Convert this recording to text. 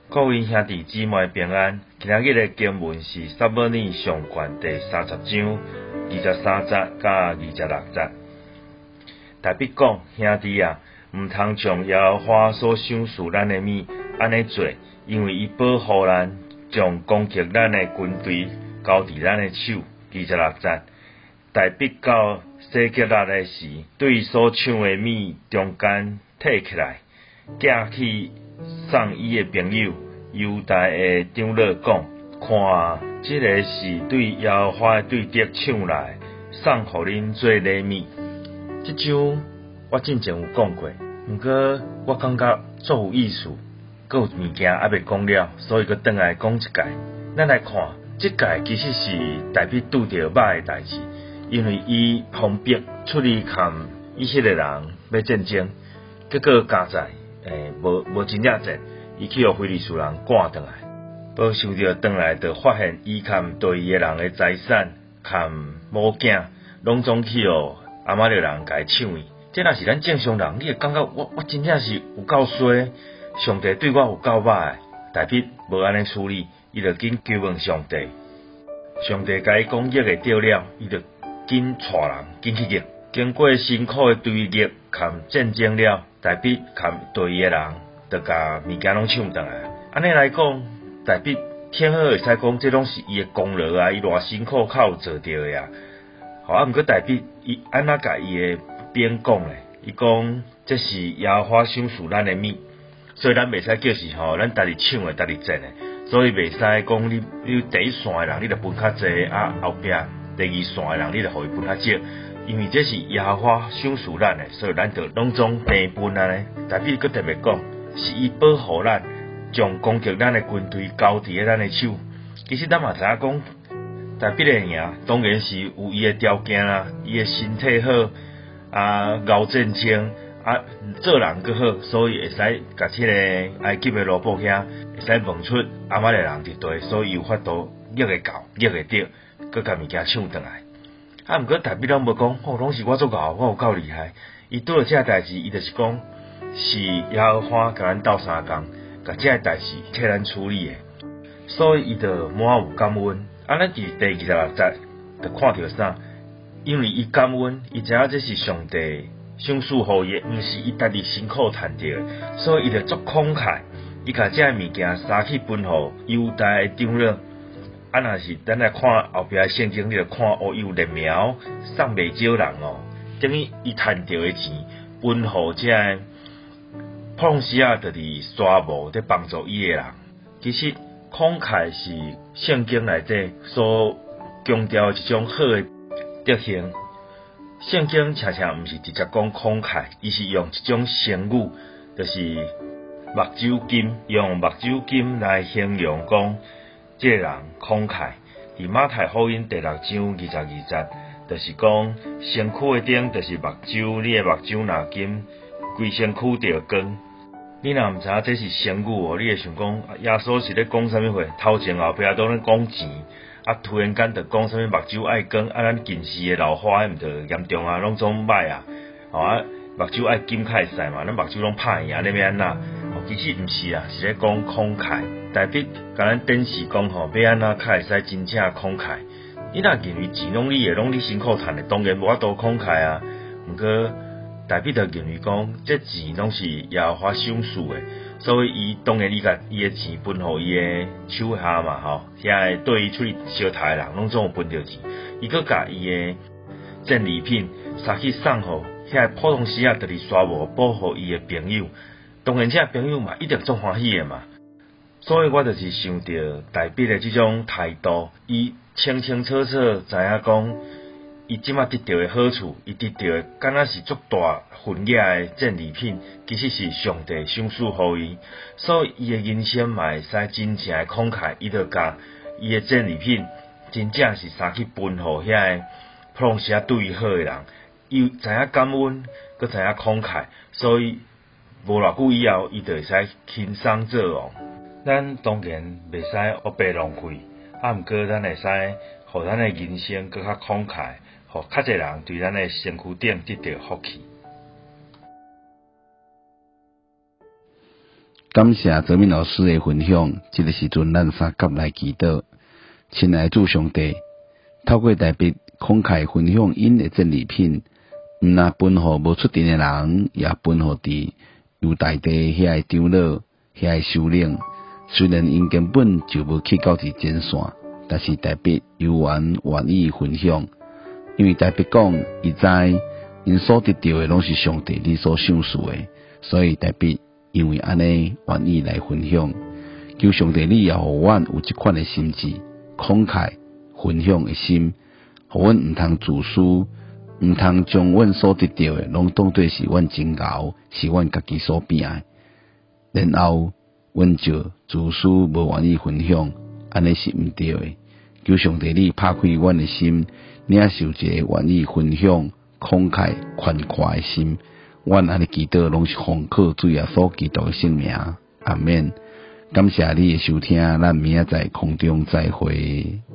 各位兄弟姊妹平安，今日的经文是撒母耳上卷第30章23节甲26节。大必讲，兄弟啊，毋通将耶和华所赏赐咱的物安尼做，因为伊保护咱，将攻击咱的军队交伫咱的手。26节，大必到洗革日的时，对伊所抢的物中间摕起来，寄去送伊的朋友犹大的长老讲：看，这个是对耶和华的对敌抢来，送互恁做礼物。这章我之前有讲过，不过我感觉足有意思，阁有物件还未讲了，所以阁转来讲一届。咱来看，这届其实是大必拄到歹的代志，因为伊封闭出去看以色列人要战争，结果加在无真正战。伊去互非利士人赶转来，保守着转来，就发现伊含对伊个人的财产、含某囝，拢总去互亚玛力人甲伊抢去。这若是咱正常人，你会感觉我真正是有够衰，上帝对我有够歹。大必无安尼处理，伊就紧求问上帝。上帝甲伊讲约会着了，伊就紧带人紧去约。经过辛苦的追击含战争了，大必含对伊个人，就甲物件拢抢转来。安尼来讲，大必天好会使讲，这拢是伊的功劳啊，伊偌辛苦较有做到的啊。好，毋过大必伊安怎甲伊的兵讲咧？伊讲这是耶和华赏赐咱的物，所以咱袂使叫是咱家己抢的，家己争的。所以袂使讲你第一线的人，你就分较济啊，后壁第二线的人，你就互伊分较少。因为这是耶和华赏赐咱的，所以咱就拢总平分安尼。大必佫特别讲，是伊保护咱，将攻击咱的军队交伫咱的手。其实咱嘛知影讲，大必的赢，当然是有伊的条件啦，伊的身体好啊，熬战争啊，做人佫好，所以会使甲这个埃及的罗布遐会使问出亚玛力人伫地，所以有法度约会到，约会着，佫甲物件抢转来。啊，毋过大必拢无讲，拢是我做熬，我有够厉害。伊拄着这代志，伊就是讲，是耶和华甲咱斗相共，甲这代志替咱处理的，所以伊就满有感恩。啊，咱伫第26节就看到啥？因为伊感恩，伊知影这是上帝赏赐互伊的，毋是伊家己辛苦赚到的，所以伊就足慷慨，伊甲这物件撒去分互犹大的长老。啊，若是咱来看后壁的圣经，你就看有连苗送袂少人哦，等于伊赚到的钱分互这普隆西亚，就是沙漠在帮助伊的人。其实慷慨是圣经内底所强调一种好的德行。圣经常常毋是直接讲慷慨，伊是用一种成语，就是目睭金，用目睭金来形容讲这个人慷慨。伫马太福音第6章22节，就是讲身躯的顶就是目睭，你的目睭若金，规身躯就光。你若毋知影这是成语哦，你会想讲耶稣是咧讲啥物话？头前后壁都咧讲钱，啊突然间就讲啥物目睭爱光，啊咱近视的老花，毋着严重啊，拢总歹啊，啊目睭爱金较会使嘛，咱目睭拢歹去啊，你要安怎？其实毋是啊，是咧讲慷慨。大必甲咱展示讲要安怎较会使真正慷慨。你若认为钱拢你的，拢你辛苦赚的，当然无法度慷慨啊。毋过大必就认为讲，这钱拢是耶和华赏赐的，所以伊当然伊甲伊的钱分互伊的手下嘛，遐对伊出去烧杀的人，拢总有分着钱。伊阁甲伊的战利品撒去送互遐普通时啊，就是沙漠保护伊的朋友。当然，这朋友嘛一定足欢喜的嘛。所以我就是想到大必的这种态度，伊清清楚楚知影讲，伊即马得到的好处，伊得到的敢若是足大份额的战利品，其实是上帝赏赐互伊，所以伊的人生嘛会使真正的慷慨，伊就甲伊的战利品真正是撒去分互遐普隆西亚对伊好的人，伊知影感恩，佮知影慷慨，所以无偌久以后，伊就会使轻松做王。咱当然袂使黑白浪费，啊，毋过咱会使互咱的人生搁较慷慨，互较侪人对咱的身躯顶得到福气。 感谢泽明老师的分享，这个时阵咱三甲来祈祷。亲爱的主上帝，透过台笔慷慨分享因的真理品，毋但分予无出阵的人，也分予伫犹大地遐个长老、遐个首领。虽然因根本就无去到这前线，但是台笔犹原愿意分享，因为台笔讲，伊知因所得到的拢是上帝你所赏赐的，所以台笔因为安尼愿意来分享。求上帝你也互阮有这款的心智，慷慨分享的心，互阮毋通自私，毋通将阮所得到的拢当作是阮真熬，是阮家己所变的，然后阮就自私无愿意分享，安尼是毋对的。求上帝你拍开阮的心，领受一个愿意分享、慷慨宽阔的心。阮安尼祈祷拢是奉靠主耶稣基督的圣名，阿免。感谢你的收听，咱明仔载空中再会。